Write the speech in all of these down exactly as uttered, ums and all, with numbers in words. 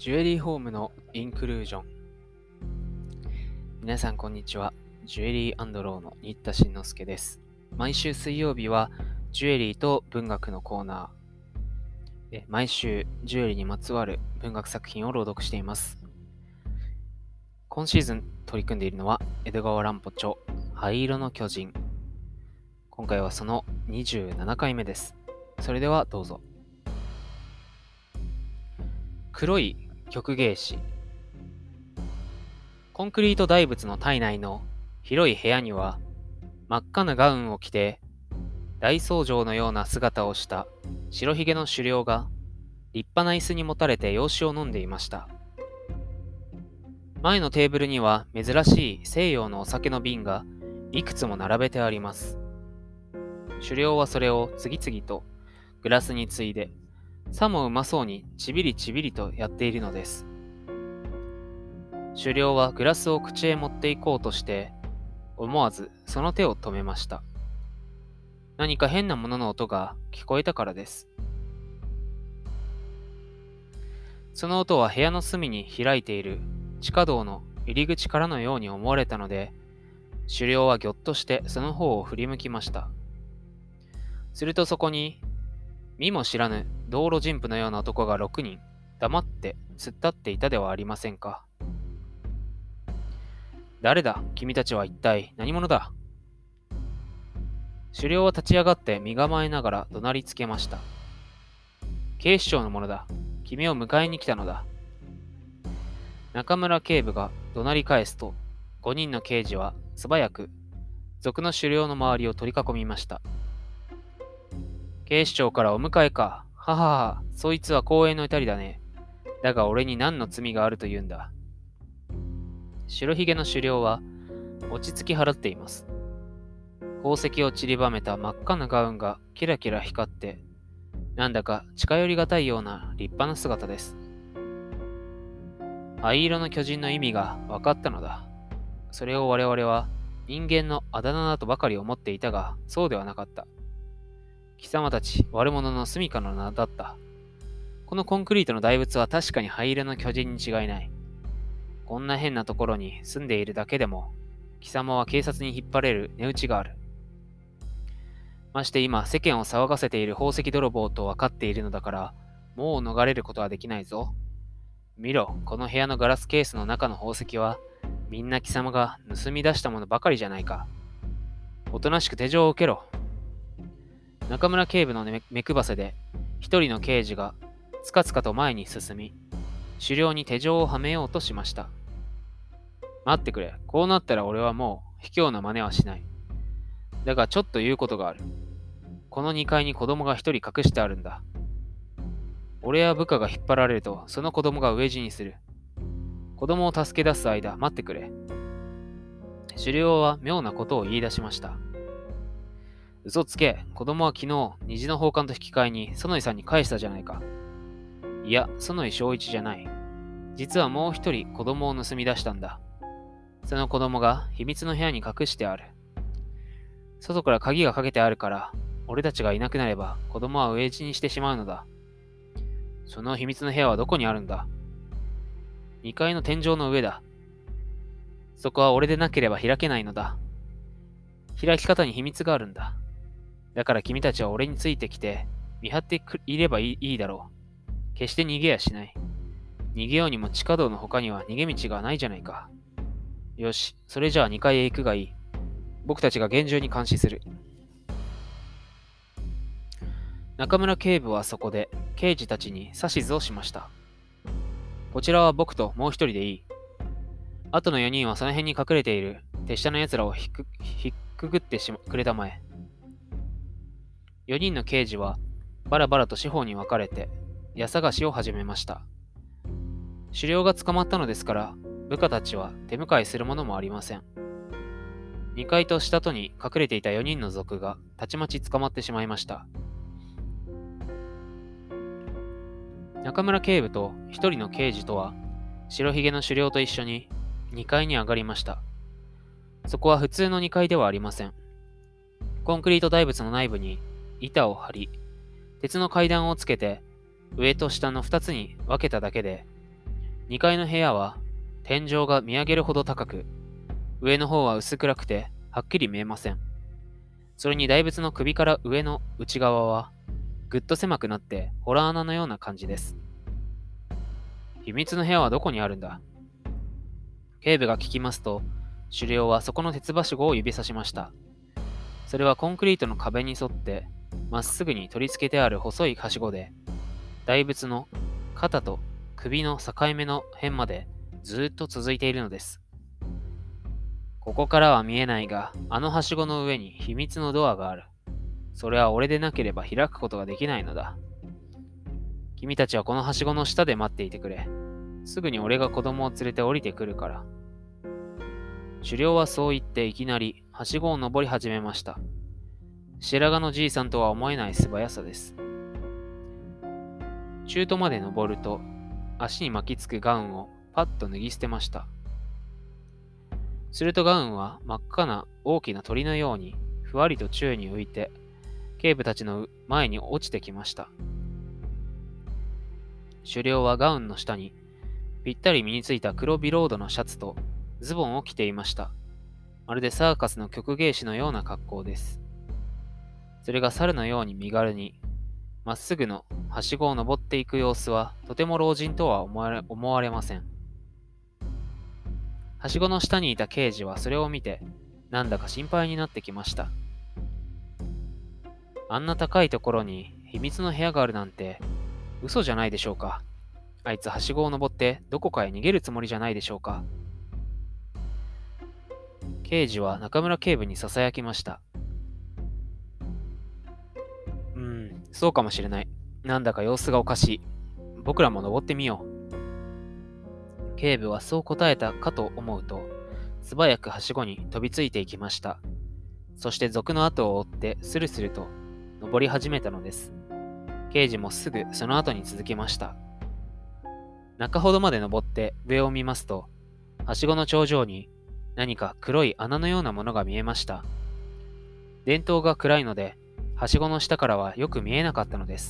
ジュエリーホームのインクルージョン。皆さんこんにちは。ジュエリー&ローの新田慎之介です。毎週水曜日はジュエリーと文学のコーナーで、毎週ジュエリーにまつわる文学作品を朗読しています。今シーズン取り組んでいるのは江戸川乱歩著灰色の巨人。今回はそのにじゅうななかいめです。それではどうぞ。黒い曲芸師。コンクリート大仏の体内の広い部屋には、真っ赤なガウンを着て大僧正のような姿をした白ひげの首領が立派な椅子にもたれて洋酒を飲んでいました。前のテーブルには珍しい西洋のお酒の瓶がいくつも並べてあります。首領はそれを次々とグラスについで、さもうまそうにちびりちびりとやっているのです。首領はグラスを口へ持っていこうとして、思わずその手を止めました。何か変なものの音が聞こえたからです。その音は部屋の隅に開いている地下道の入り口からのように思われたので、首領はぎょっとしてその方を振り向きました。するとそこに、見も知らぬ道路人婦のような男がろくにん黙って突っ立っていたではありませんか。誰だ、君たちは一体何者だ。首領は立ち上がって身構えながら怒鳴りつけました。警視庁の者だ。君を迎えに来たのだ。中村警部が怒鳴り返すと、ごにんの刑事は素早く賊の首領の周りを取り囲みました。警視庁からお迎えか。ははは、そいつは公園の至りだね。だが俺に何の罪があるというんだ。白ひげの首領は落ち着き払っています。宝石を散りばめた真っ赤なガウンがキラキラ光って、なんだか近寄りがたいような立派な姿です。灰色の巨人の意味が分かったのだ。それを我々は人間のあだ名だとばかり思っていたが、そうではなかった。貴様たち悪者の住処の名だった。このコンクリートの大仏は確かに灰色の巨人に違いない。こんな変なところに住んでいるだけでも、貴様は警察に引っ張れる値打ちがある。まして今世間を騒がせている宝石泥棒と分かっているのだから、もう逃れることはできないぞ。見ろ、この部屋のガラスケースの中の宝石は、みんな貴様が盗み出したものばかりじゃないか。おとなしく手錠を受けろ。中村警部の目くばせで、一人の刑事がつかつかと前に進み、首領に手錠をはめようとしました。待ってくれ。こうなったら俺はもう卑怯な真似はしない。だがちょっと言うことがある。このにかいに子供が一人隠してあるんだ。俺や部下が引っ張られると、その子供が飢え死にする。子供を助け出す間、待ってくれ。首領は妙なことを言い出しました。嘘つけ。子供は昨日、虹の宝冠と引き換えに、園井さんに返したじゃないか。いや、園井正一じゃない。実はもう一人子供を盗み出したんだ。その子供が秘密の部屋に隠してある。外から鍵がかけてあるから、俺たちがいなくなれば子供は飢え死にしてしまうのだ。その秘密の部屋はどこにあるんだ。にかいの天井の上だ。そこは俺でなければ開けないのだ。開き方に秘密があるんだ。だから君たちは俺についてきて、見張っていればいい、いいだろう。決して逃げやしない。逃げようにも地下道の他には逃げ道がないじゃないか。よし、それじゃあにかいへ行くがいい。僕たちが厳重に監視する。中村警部はそこで刑事たちに指図をしました。こちらは僕ともう一人でいい。あとのよにんはその辺に隠れている手下の奴らをひっくひっくぐってしまくれたまえ。よにんの刑事はバラバラと四方に分かれて家探しを始めました。首領が捕まったのですから、部下たちは手向かいするものもありません。にかいと下とに隠れていたよにんの賊がたちまち捕まってしまいました。中村警部と一人の刑事とは白ひげの首領と一緒ににかいに上がりました。そこは普通のにかいではありません。コンクリート大仏の内部に板を張り、鉄の階段をつけて上と下のふたつに分けただけで、 にかいの部屋は天井が見上げるほど高く、上の方は薄暗くてはっきり見えません。それに大仏の首から上の内側はぐっと狭くなってホラー穴のような感じです。秘密の部屋はどこにあるんだ？警部が聞きますと、狩猟はそこの鉄はしごを指さしました。それはコンクリートの壁に沿ってまっすぐに取り付けてある細いはしごで、大仏の肩と首の境目の辺までずっと続いているのです。ここからは見えないが、あのはしごの上に秘密のドアがある。それは俺でなければ開くことができないのだ。君たちはこのはしごの下で待っていてくれ。すぐに俺が子供を連れて降りてくるから。狩猟はそう言っていきなりはしごを登り始めました。白髪のじいさんとは思えない素早さです。中途まで登ると、足に巻きつくガウンをパッと脱ぎ捨てました。するとガウンは真っ赤な大きな鳥のようにふわりと宙に浮いて、警部たちの前に落ちてきました。狩猟はガウンの下にぴったり身についた黒ビロードのシャツとズボンを着ていました。まるでサーカスの曲芸師のような格好です。それが猿のように身軽に、まっすぐのはしごを登っていく様子はとても老人とは思われ、思われません。はしごの下にいた刑事はそれを見て、なんだか心配になってきました。あんな高いところに秘密の部屋があるなんて、嘘じゃないでしょうか。あいつはしごを登ってどこかへ逃げるつもりじゃないでしょうか。刑事は中村警部に囁きました。うーん、そうかもしれない。なんだか様子がおかしい。僕らも登ってみよう。警部はそう答えたかと思うと、素早くはしごに飛びついていきました。そして賊の後を追ってスルスルと登り始めたのです。刑事もすぐその後に続きました。中ほどまで登って上を見ますと、はしごの頂上に何か黒い穴のようなものが見えました。電灯が暗いので、はしごの下からはよく見えなかったのです。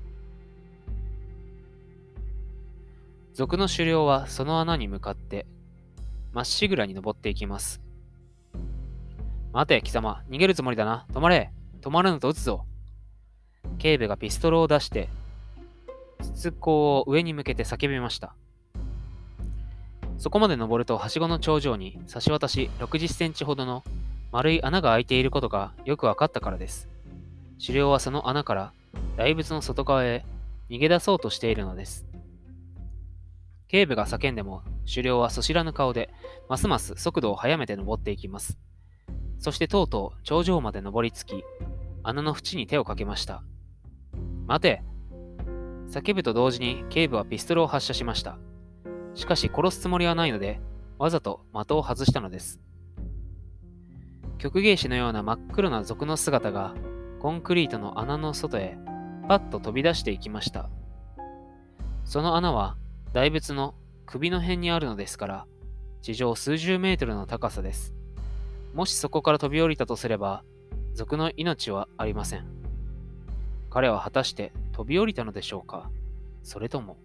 賊の狩猟はその穴に向かってまっしぐらに登っていきます。待て貴様、逃げるつもりだな。止まれ。止まらぬと撃つぞ。警部がピストルを出して筒香を上に向けて叫びました。そこまで登るとはしごの頂上に差し渡しろくじゅっセンチほどの丸い穴が開いていることがよくわかったからです。狩猟はその穴から大仏の外側へ逃げ出そうとしているのです。警部が叫んでも狩猟はそしらぬ顔でますます速度を速めて登っていきます。そしてとうとう頂上まで登りつき、穴の縁に手をかけました。待て！叫ぶと同時に警部はピストルを発射しました。しかし殺すつもりはないので、わざと的を外したのです。曲芸師のような真っ黒な賊の姿がコンクリートの穴の外へパッと飛び出していきました。その穴は大仏の首の辺にあるのですから、地上数十メートルの高さです。もしそこから飛び降りたとすれば、賊の命はありません。彼は果たして飛び降りたのでしょうか？それとも。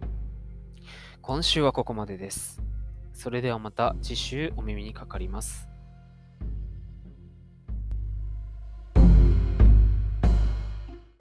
今週はここまでです。それではまた次週お耳にかかります。